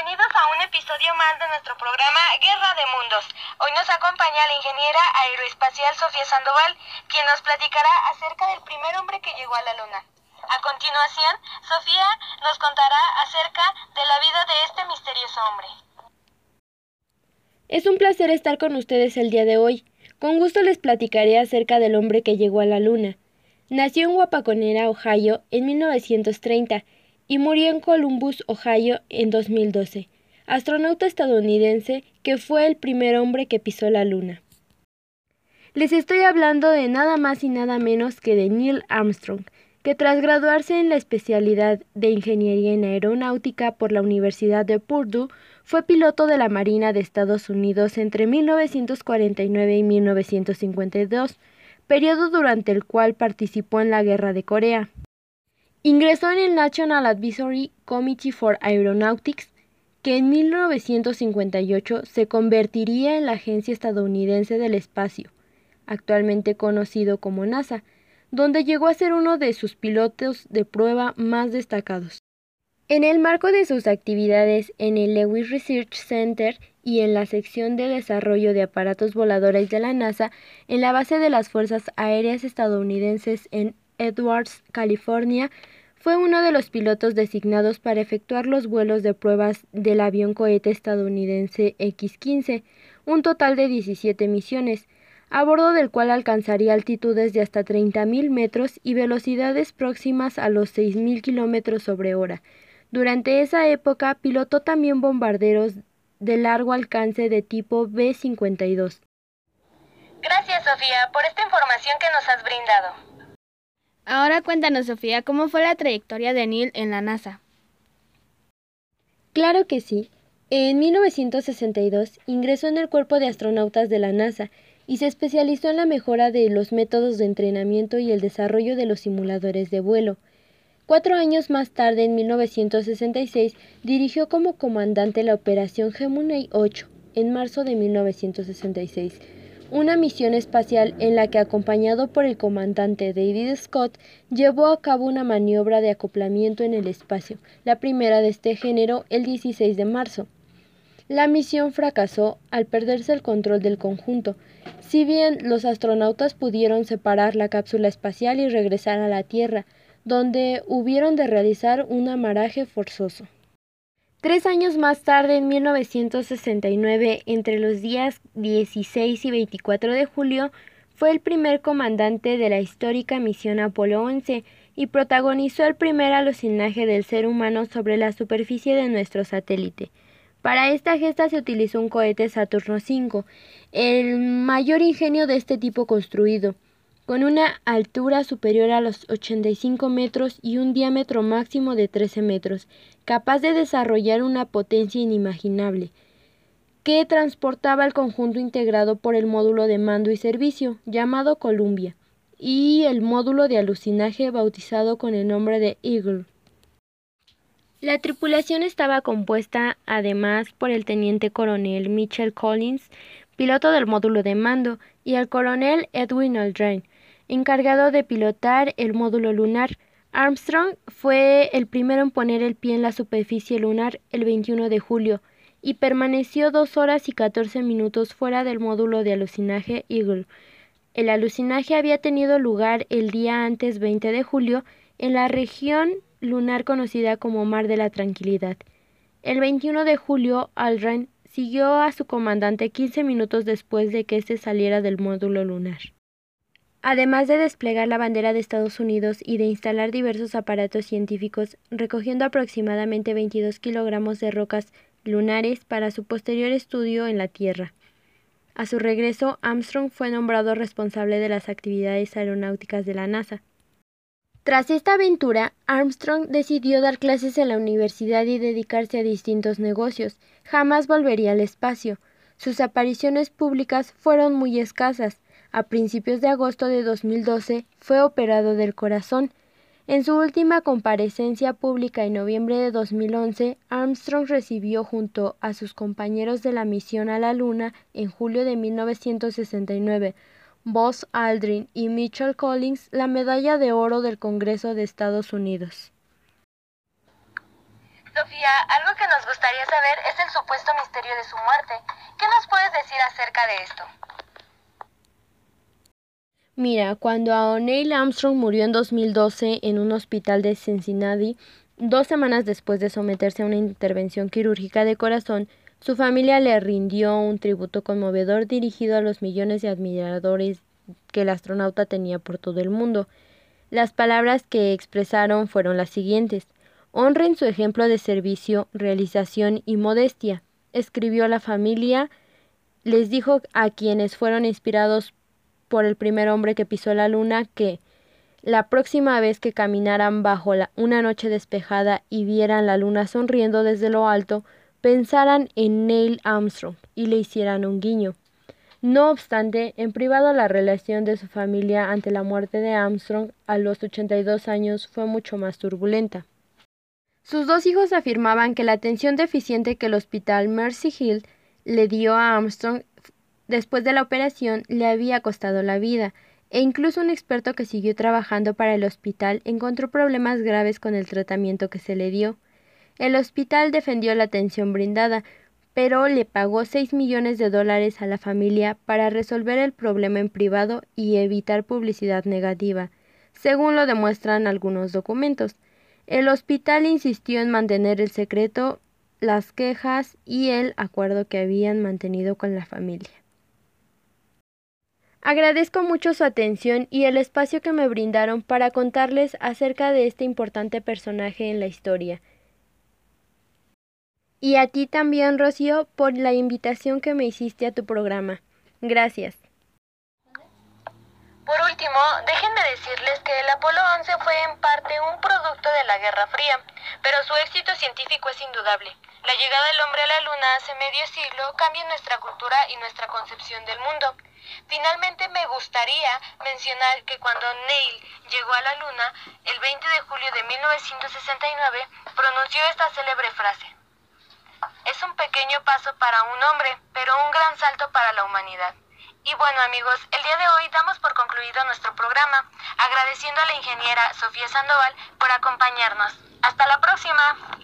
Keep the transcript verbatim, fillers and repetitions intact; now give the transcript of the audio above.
Bienvenidos a un episodio más de nuestro programa Guerra de Mundos. Hoy nos acompaña la ingeniera aeroespacial Sofía Sandoval, quien nos platicará acerca del primer hombre que llegó a la Luna. A continuación, Sofía nos contará acerca de la vida de este misterioso hombre. Es un placer estar con ustedes el día de hoy. Con gusto les platicaré acerca del hombre que llegó a la Luna. Nació en Wapakoneta, Ohio, en mil novecientos treinta y murió en Columbus, Ohio, en dos mil doce. Astronauta estadounidense que fue el primer hombre que pisó la Luna. Les estoy hablando de nada más y nada menos que de Neil Armstrong, que tras graduarse en la especialidad de Ingeniería en Aeronáutica por la Universidad de Purdue, fue piloto de la Marina de Estados Unidos entre mil novecientos cuarenta y nueve y mil novecientos cincuenta y dos, periodo durante el cual participó en la Guerra de Corea. Ingresó en el National Advisory Committee for Aeronautics, que en mil novecientos cincuenta y ocho se convertiría en la Agencia Estadounidense del Espacio, actualmente conocido como NASA, donde llegó a ser uno de sus pilotos de prueba más destacados. En el marco de sus actividades en el Lewis Research Center y en la sección de desarrollo de aparatos voladores de la NASA, en la base de las Fuerzas Aéreas estadounidenses en Edwards, California, fue uno de los pilotos designados para efectuar los vuelos de pruebas del avión cohete estadounidense equis quince, un total de diecisiete misiones, a bordo del cual alcanzaría altitudes de hasta treinta mil metros y velocidades próximas a los seis mil kilómetros sobre hora. Durante esa época pilotó también bombarderos de largo alcance de tipo B cincuenta y dos. Gracias, Sofía, por esta información que nos has brindado. Ahora cuéntanos, Sofía, ¿cómo fue la trayectoria de Neil en la NASA? Claro que sí. En mil novecientos sesenta y dos ingresó en el Cuerpo de Astronautas de la NASA y se especializó en la mejora de los métodos de entrenamiento y el desarrollo de los simuladores de vuelo. Cuatro años más tarde, en mil novecientos sesenta y seis, dirigió como comandante la Operación Gemini ocho, en marzo de mil novecientos sesenta y seis, una misión espacial en la que, acompañado por el comandante David Scott, llevó a cabo una maniobra de acoplamiento en el espacio, la primera de este género, el dieciséis de marzo. La misión fracasó al perderse el control del conjunto. Si bien los astronautas pudieron separar la cápsula espacial y regresar a la Tierra, donde hubieron de realizar un amaraje forzoso. Tres años más tarde, en mil novecientos sesenta y nueve, entre los días dieciséis y veinticuatro de julio, fue el primer comandante de la histórica misión Apolo once y protagonizó el primer alunizaje del ser humano sobre la superficie de nuestro satélite. Para esta gesta se utilizó un cohete Saturno cinco, el mayor ingenio de este tipo construido, con una altura superior a los ochenta y cinco metros y un diámetro máximo de trece metros, capaz de desarrollar una potencia inimaginable, que transportaba el conjunto integrado por el módulo de mando y servicio, llamado Columbia, y el módulo de alunizaje bautizado con el nombre de Eagle. La tripulación estaba compuesta además por el teniente coronel Mitchell Collins, piloto del módulo de mando, y el coronel Edwin Aldrin, encargado de pilotar el módulo lunar. Armstrong fue el primero en poner el pie en la superficie lunar el veintiuno de julio y permaneció dos horas y catorce minutos fuera del módulo de alunizaje Eagle. El alunizaje había tenido lugar el día antes, veinte de julio, en la región lunar conocida como Mar de la Tranquilidad. El veintiuno de julio, Aldrin siguió a su comandante quince minutos después de que éste saliera del módulo lunar. Además de desplegar la bandera de Estados Unidos y de instalar diversos aparatos científicos, recogiendo aproximadamente veintidós kilogramos de rocas lunares para su posterior estudio en la Tierra. A su regreso, Armstrong fue nombrado responsable de las actividades aeronáuticas de la NASA. Tras esta aventura, Armstrong decidió dar clases en la universidad y dedicarse a distintos negocios. Jamás volvería al espacio. Sus apariciones públicas fueron muy escasas. A principios de agosto de dos mil doce fue operado del corazón. En su última comparecencia pública en noviembre de dos mil once, Armstrong recibió junto a sus compañeros de la misión a la Luna en julio de mil novecientos sesenta y nueve, Buzz Aldrin y Mitchell Collins, la medalla de oro del Congreso de Estados Unidos. Sofía, algo que nos gustaría saber es el supuesto misterio de su muerte. ¿Qué nos puedes decir acerca de esto? Mira, cuando Neil Armstrong murió en dos mil doce en un hospital de Cincinnati, dos semanas después de someterse a una intervención quirúrgica de corazón, su familia le rindió un tributo conmovedor dirigido a los millones de admiradores que el astronauta tenía por todo el mundo. Las palabras que expresaron fueron las siguientes: honren su ejemplo de servicio, realización y modestia. Escribió a la familia, les dijo a quienes fueron inspirados por el primer hombre que pisó la luna que la próxima vez que caminaran bajo la, una noche despejada y vieran la luna sonriendo desde lo alto, pensaran en Neil Armstrong y le hicieran un guiño. No obstante, en privado la relación de su familia ante la muerte de Armstrong a los ochenta y dos años fue mucho más turbulenta. Sus dos hijos afirmaban que la atención deficiente que el hospital Mercy Hill le dio a Armstrong después de la operación le había costado la vida, e incluso un experto que siguió trabajando para el hospital encontró problemas graves con el tratamiento que se le dio. El hospital defendió la atención brindada, pero le pagó seis millones de dólares a la familia para resolver el problema en privado y evitar publicidad negativa, según lo demuestran algunos documentos. El hospital insistió en mantener el secreto, las quejas y el acuerdo que habían mantenido con la familia. Agradezco mucho su atención y el espacio que me brindaron para contarles acerca de este importante personaje en la historia. Y a ti también, Rocío, por la invitación que me hiciste a tu programa. Gracias. Por último, déjenme decirles que el Apolo once fue en parte un producto de la Guerra Fría, pero su éxito científico es indudable. La llegada del hombre a la Luna hace medio siglo cambia nuestra cultura y nuestra concepción del mundo. Finalmente me gustaría mencionar que cuando Neil llegó a la Luna, el veinte de julio de mil novecientos sesenta y nueve, pronunció esta célebre frase: es un pequeño paso para un hombre, pero un gran salto para la humanidad. Y bueno, amigos, el día de hoy damos por concluido nuestro programa, agradeciendo a la ingeniera Sofía Sandoval por acompañarnos. ¡Hasta la próxima!